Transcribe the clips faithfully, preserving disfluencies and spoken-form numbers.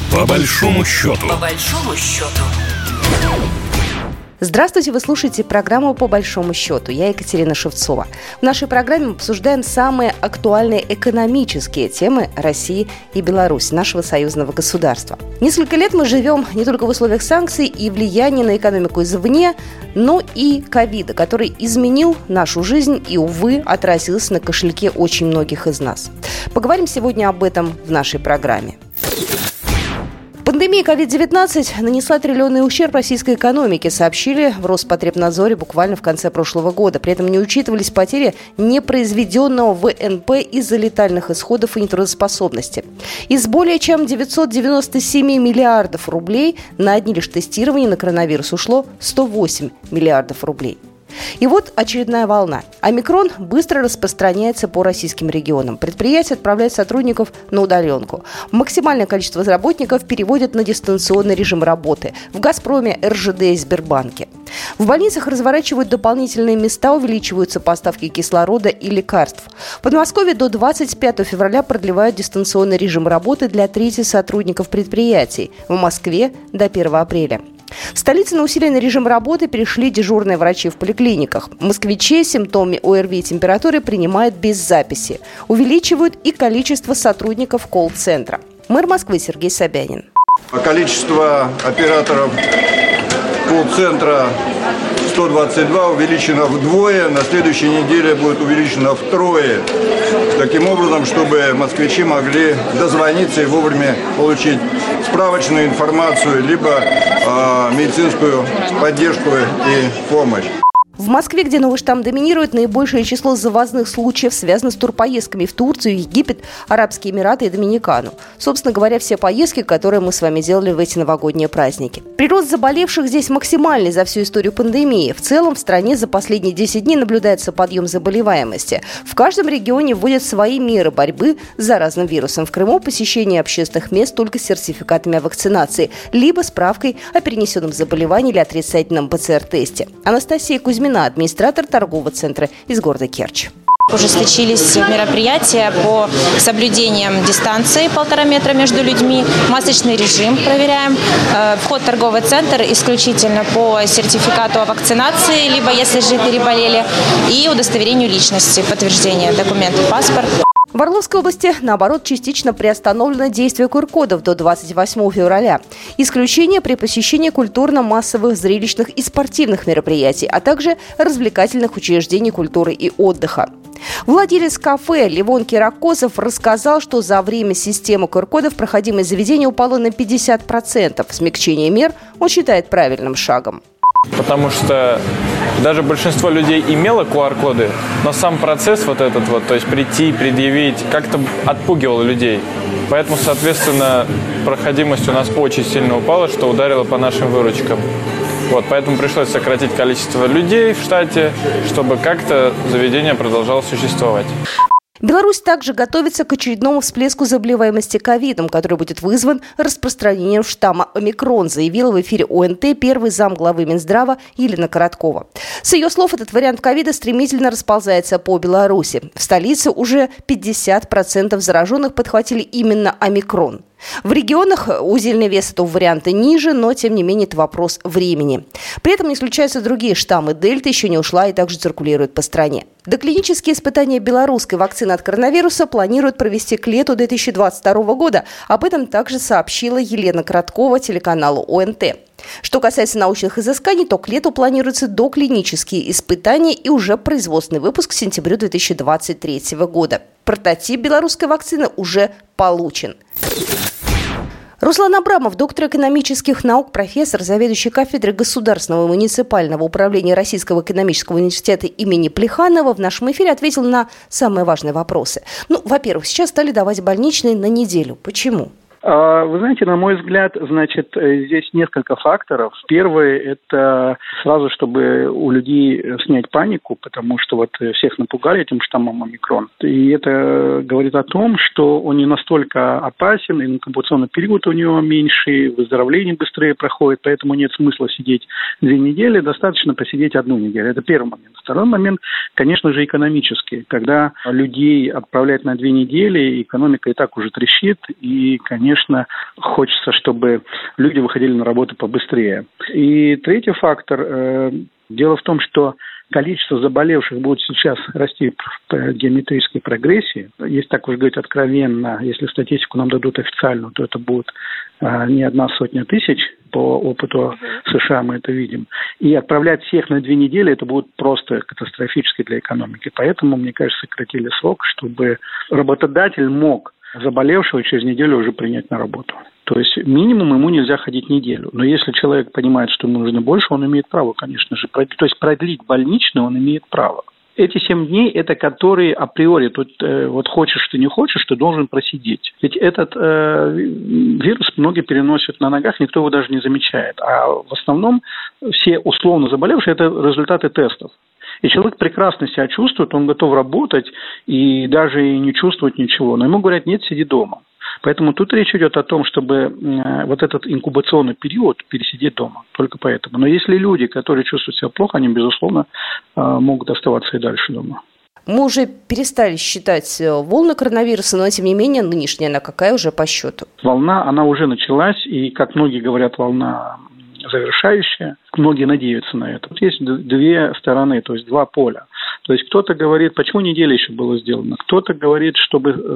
По большому счету. По большому счету. Здравствуйте, вы слушаете программу «По большому счету». Я Екатерина Шевцова. В нашей программе мы обсуждаем самые актуальные экономические темы России и Беларуси, нашего союзного государства. Несколько лет мы живем не только в условиях санкций и влияния на экономику извне, но и ковида, который изменил нашу жизнь и, увы, отразился на кошельке очень многих из нас. Поговорим сегодня об этом в нашей программе. Пандемия ковид девятнадцать нанесла триллионный ущерб российской экономике, сообщили в Роспотребнадзоре буквально в конце прошлого года. При этом не учитывались потери непроизведенного вэ эн пэ из-за летальных исходов и нетрудоспособности. Из более чем девятьсот девяносто семь миллиардов рублей на одни лишь тестирования на коронавирус ушло сто восемь миллиардов рублей. И вот очередная волна. Омикрон быстро распространяется по российским регионам. Предприятия отправляют сотрудников на удаленку. Максимальное количество работников переводят на дистанционный режим работы в «Газпроме», эр жэ дэ и Сбербанке. В больницах разворачивают дополнительные места, увеличиваются поставки кислорода и лекарств. В Подмосковье до двадцать пятого февраля продлевают дистанционный режим работы для трети сотрудников предприятий. В Москве до первого апреля. В столице на усиленный режим работы перешли дежурные врачи в поликлиниках. Москвичей с симптомами о эр ви и температуры принимают без записи. Увеличивают и количество сотрудников колл-центра. Мэр Москвы Сергей Собянин. Количество операторов колл-центра сто двадцать два увеличено вдвое, на следующей неделе будет увеличено втрое. Таким образом, чтобы москвичи могли дозвониться и вовремя получить справочную информацию, либо э, медицинскую поддержку и помощь. В Москве, где новый штамм доминирует, наибольшее число завозных случаев связано с турпоездками в Турцию, Египет, Арабские Эмираты и Доминикану. Собственно говоря, все поездки, которые мы с вами делали в эти новогодние праздники. Прирост заболевших здесь максимальный за всю историю пандемии. В целом в стране за последние десять дней наблюдается подъем заболеваемости. В каждом регионе вводят свои меры борьбы с заразным вирусом. В Крыму посещение общественных мест только с сертификатами о вакцинации, либо справкой о перенесенном заболевании или отрицательном пэ цэ эр тесте. Анастасия Кузьмина, администратор торгового центра из города Керчь. Ужесточились мероприятия по соблюдениям дистанции полтора метра между людьми, масочный режим проверяем, вход в торговый центр исключительно по сертификату о вакцинации, либо если же переболели, и удостоверению личности, подтверждение документов, паспорт. В Орловской области, наоборот, частично приостановлено действие ку эр кодов до двадцать восьмого февраля. Исключение при посещении культурно-массовых, зрелищных и спортивных мероприятий, а также развлекательных учреждений культуры и отдыха. Владелец кафе Левон Киракосов рассказал, что за время системы ку эр кодов проходимость заведения упала на пятьдесят процентов. Смягчение мер он считает правильным шагом. Потому что даже большинство людей имело ку ар коды, но сам процесс вот этот вот, то есть прийти, предъявить, как-то отпугивал людей. Поэтому, соответственно, проходимость у нас очень сильно упала, что ударило по нашим выручкам. Вот, поэтому пришлось сократить количество людей в штате, чтобы как-то заведение продолжало существовать. Беларусь также готовится к очередному всплеску заболеваемости ковидом, который будет вызван распространением штамма омикрон, заявила в эфире о эн тэ первый замглавы Минздрава Елена Короткова. С ее слов, этот вариант ковида стремительно расползается по Беларуси. В столице уже пятьдесят процентов зараженных подхватили именно омикрон. В регионах узельный вес этого варианта ниже, но, тем не менее, это вопрос времени. При этом не исключаются другие штаммы. Дельта еще не ушла и также циркулирует по стране. Доклинические испытания белорусской вакцины от коронавируса планируют провести к лету две тысячи двадцать второго года. Об этом также сообщила Елена Короткова телеканалу о эн тэ. Что касается научных изысканий, то к лету планируются доклинические испытания и уже производственный выпуск к сентябрю две тысячи двадцать третьего года. Прототип белорусской вакцины уже получен. Руслан Абрамов, доктор экономических наук, профессор, заведующий кафедрой государственного и муниципального управления Российского экономического университета имени Плеханова, в нашем эфире ответил на самые важные вопросы. Ну, во-первых, сейчас стали давать больничные на неделю. Почему? Вы знаете, на мой взгляд, значит, здесь несколько факторов. Первый – это сразу, чтобы у людей снять панику, потому что вот всех напугали этим штаммом омикрон. И это говорит о том, что он не настолько опасен, инкубационный период у него меньше, выздоровление быстрее проходит, поэтому нет смысла сидеть две недели, достаточно посидеть одну неделю. Это первый момент. Второй момент, конечно же, экономический. Когда людей отправлять на две недели, экономика и так уже трещит, и, конечно, конечно, хочется, чтобы люди выходили на работу побыстрее. И третий фактор. Э, дело в том, что количество заболевших будет сейчас расти в геометрической прогрессии. Если так уж говорить откровенно, если статистику нам дадут официальную, то это будет а, не одна сотня тысяч. По опыту США мы это видим. И отправлять всех на две недели, это будет просто катастрофически для экономики. Поэтому, мне кажется, сократили срок, чтобы работодатель мог заболевшего через неделю уже принять на работу. То есть минимум ему нельзя ходить неделю. Но если человек понимает, что ему нужно больше, он имеет право, конечно же, продлить. То есть продлить больничный он имеет право. Эти семь дней – это которые априори, тут э, вот хочешь ты не хочешь, ты должен просидеть. Ведь этот э, вирус многие переносят на ногах, никто его даже не замечает. А в основном все условно заболевшие – это результаты тестов. И человек прекрасно себя чувствует, он готов работать и даже и не чувствовать ничего. Но ему говорят, нет, сиди дома. Поэтому тут речь идет о том, чтобы вот этот инкубационный период пересидеть дома. Только поэтому. Но если люди, которые чувствуют себя плохо, они, безусловно, могут оставаться и дальше дома. Мы уже перестали считать волны коронавируса, но, тем не менее, нынешняя, она какая уже по счету? Волна, она уже началась, и, как многие говорят, волна завершающая. Многие надеются на это. Тут есть две стороны, то есть два поля. То есть кто-то говорит, почему неделя еще было сделано? Кто-то говорит, чтобы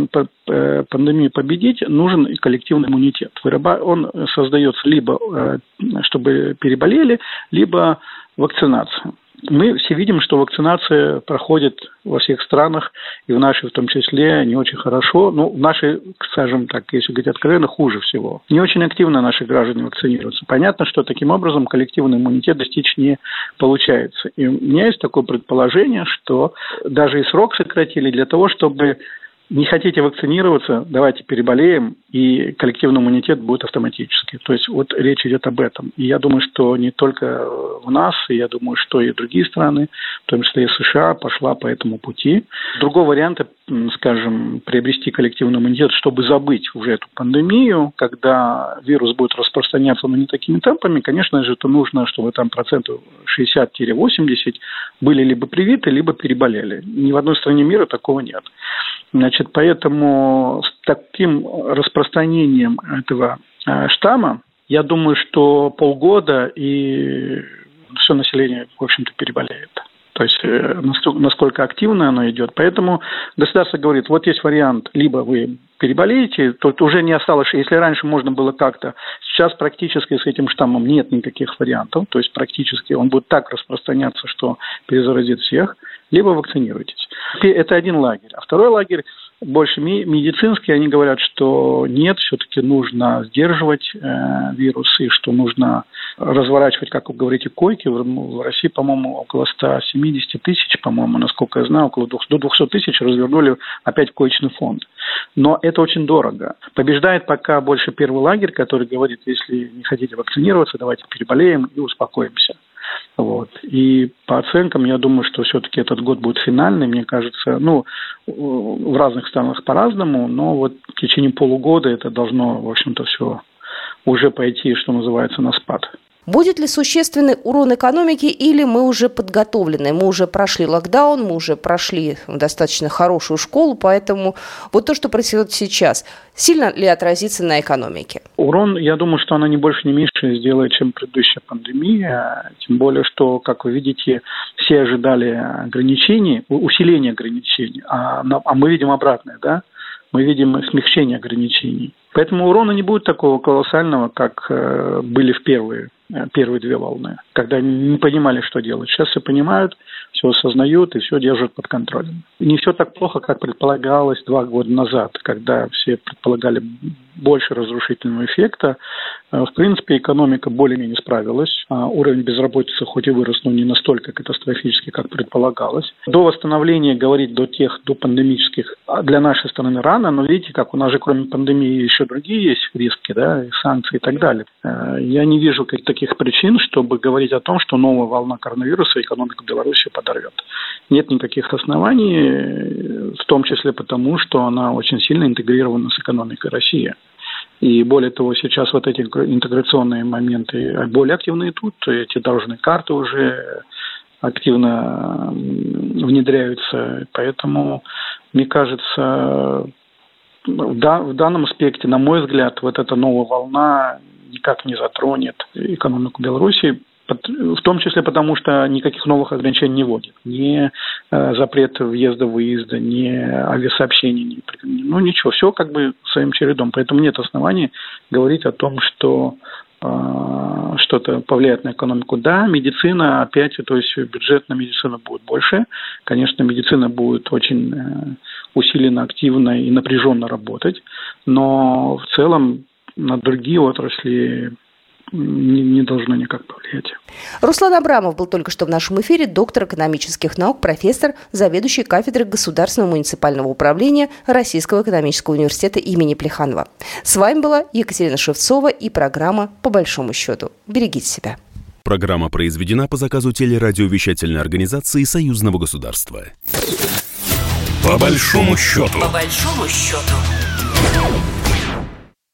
пандемию победить, нужен коллективный иммунитет. Он создается либо, чтобы переболели, либо вакцинация. Мы все видим, что вакцинация проходит во всех странах, и в нашей в том числе не очень хорошо. Ну, в нашей, скажем так, если говорить откровенно, хуже всего. Не очень активно наши граждане вакцинируются. Понятно, что таким образом коллективный иммунитет достичь не получается. И у меня есть такое предположение, что даже и срок сократили для того, чтобы не хотите вакцинироваться, давайте переболеем, и коллективный иммунитет будет автоматически. То есть вот речь идет об этом. И я думаю, что не только в нас, и я думаю, что и другие страны, в том числе и США, пошла по этому пути. Другого варианта, скажем, приобрести коллективный иммунитет, чтобы забыть уже эту пандемию, когда вирус будет распространяться, но не такими темпами, конечно же, это нужно, чтобы там процентов шестьдесят-восемьдесят были либо привиты, либо переболели. Ни в одной стране мира такого нет. Значит, поэтому с таким распространением этого штамма, я думаю, что полгода и все население, в общем-то, переболеет. То есть насколько активно оно идет. Поэтому государство говорит, вот есть вариант, либо вы переболеете, то уже не осталось, если раньше можно было как-то, сейчас практически с этим штаммом нет никаких вариантов, то есть практически он будет так распространяться, что перезаразит всех, либо вакцинируйтесь. Это один лагерь. А второй лагерь, больше медицинский, они говорят, что нет, все-таки нужно сдерживать э, вирус, и что нужно разворачивать, как вы говорите, койки. В, в России, по-моему, около ста семидесяти тысяч, по-моему, насколько я знаю, около двухсот, до двухсот тысяч развернули опять коечный фонд. Но это очень дорого. Побеждает пока больше первый лагерь, который говорит, если не хотите вакцинироваться, давайте переболеем и успокоимся. Вот. И по оценкам, я думаю, что все-таки этот год будет финальный, мне кажется, ну, в разных странах по-разному, но вот в течение полугода это должно, в общем-то, все уже пойти, что называется, на спад. Будет ли существенный урон экономики, или мы уже подготовлены? Мы уже прошли локдаун, мы уже прошли достаточно хорошую школу, поэтому вот то, что происходит сейчас, сильно ли отразится на экономике? Урон, я думаю, что она не больше, не меньше сделает, чем предыдущая пандемия. Тем более, что, как вы видите, все ожидали ограничений, усиления ограничений, а, а мы видим обратное, да? Мы видим смягчение ограничений. Поэтому урона не будет такого колоссального, как э, были в первые, э, первые две волны, когда не понимали, что делать. Сейчас все понимают, все осознают и все держат под контролем. И не все так плохо, как предполагалось два года назад, когда все предполагали больше разрушительного эффекта. В принципе, экономика более-менее справилась. Уровень безработицы хоть и вырос, но не настолько катастрофически, как предполагалось. До восстановления говорить до тех, до пандемических для нашей страны рано, но видите, как у нас же кроме пандемии еще другие есть риски, да, и санкции и так далее. Я не вижу таких причин, чтобы говорить о том, что новая волна коронавируса экономику Беларуси подорвет. Нет никаких оснований, в том числе потому, что она очень сильно интегрирована с экономикой России. И более того, сейчас вот эти интеграционные моменты более активные тут, эти дорожные карты уже активно внедряются. Поэтому, мне кажется, в, да, в данном аспекте, на мой взгляд, вот эта новая волна никак не затронет экономику Беларуси, в том числе потому, что никаких новых ограничений не вводит. Ни э, запрет въезда-выезда, ни авиасообщений, ни, ну ничего, все как бы своим чередом. Поэтому нет оснований говорить о том, что э, что-то повлияет на экономику. Да, медицина, опять, то есть бюджет на медицину будет больше. Конечно, медицина будет очень э, усиленно, активно и напряженно работать. Но в целом на другие отрасли Не, не должно никак повлиять. Руслан Абрамов был только что в нашем эфире, доктор экономических наук, профессор, заведующий кафедрой Государственного муниципального управления Российского экономического университета имени Плеханова. С вами была Екатерина Шевцова и программа «По большому счету». Берегите себя. Программа произведена по заказу телерадиовещательной организации Союзного государства. По большому счету. По большому счету.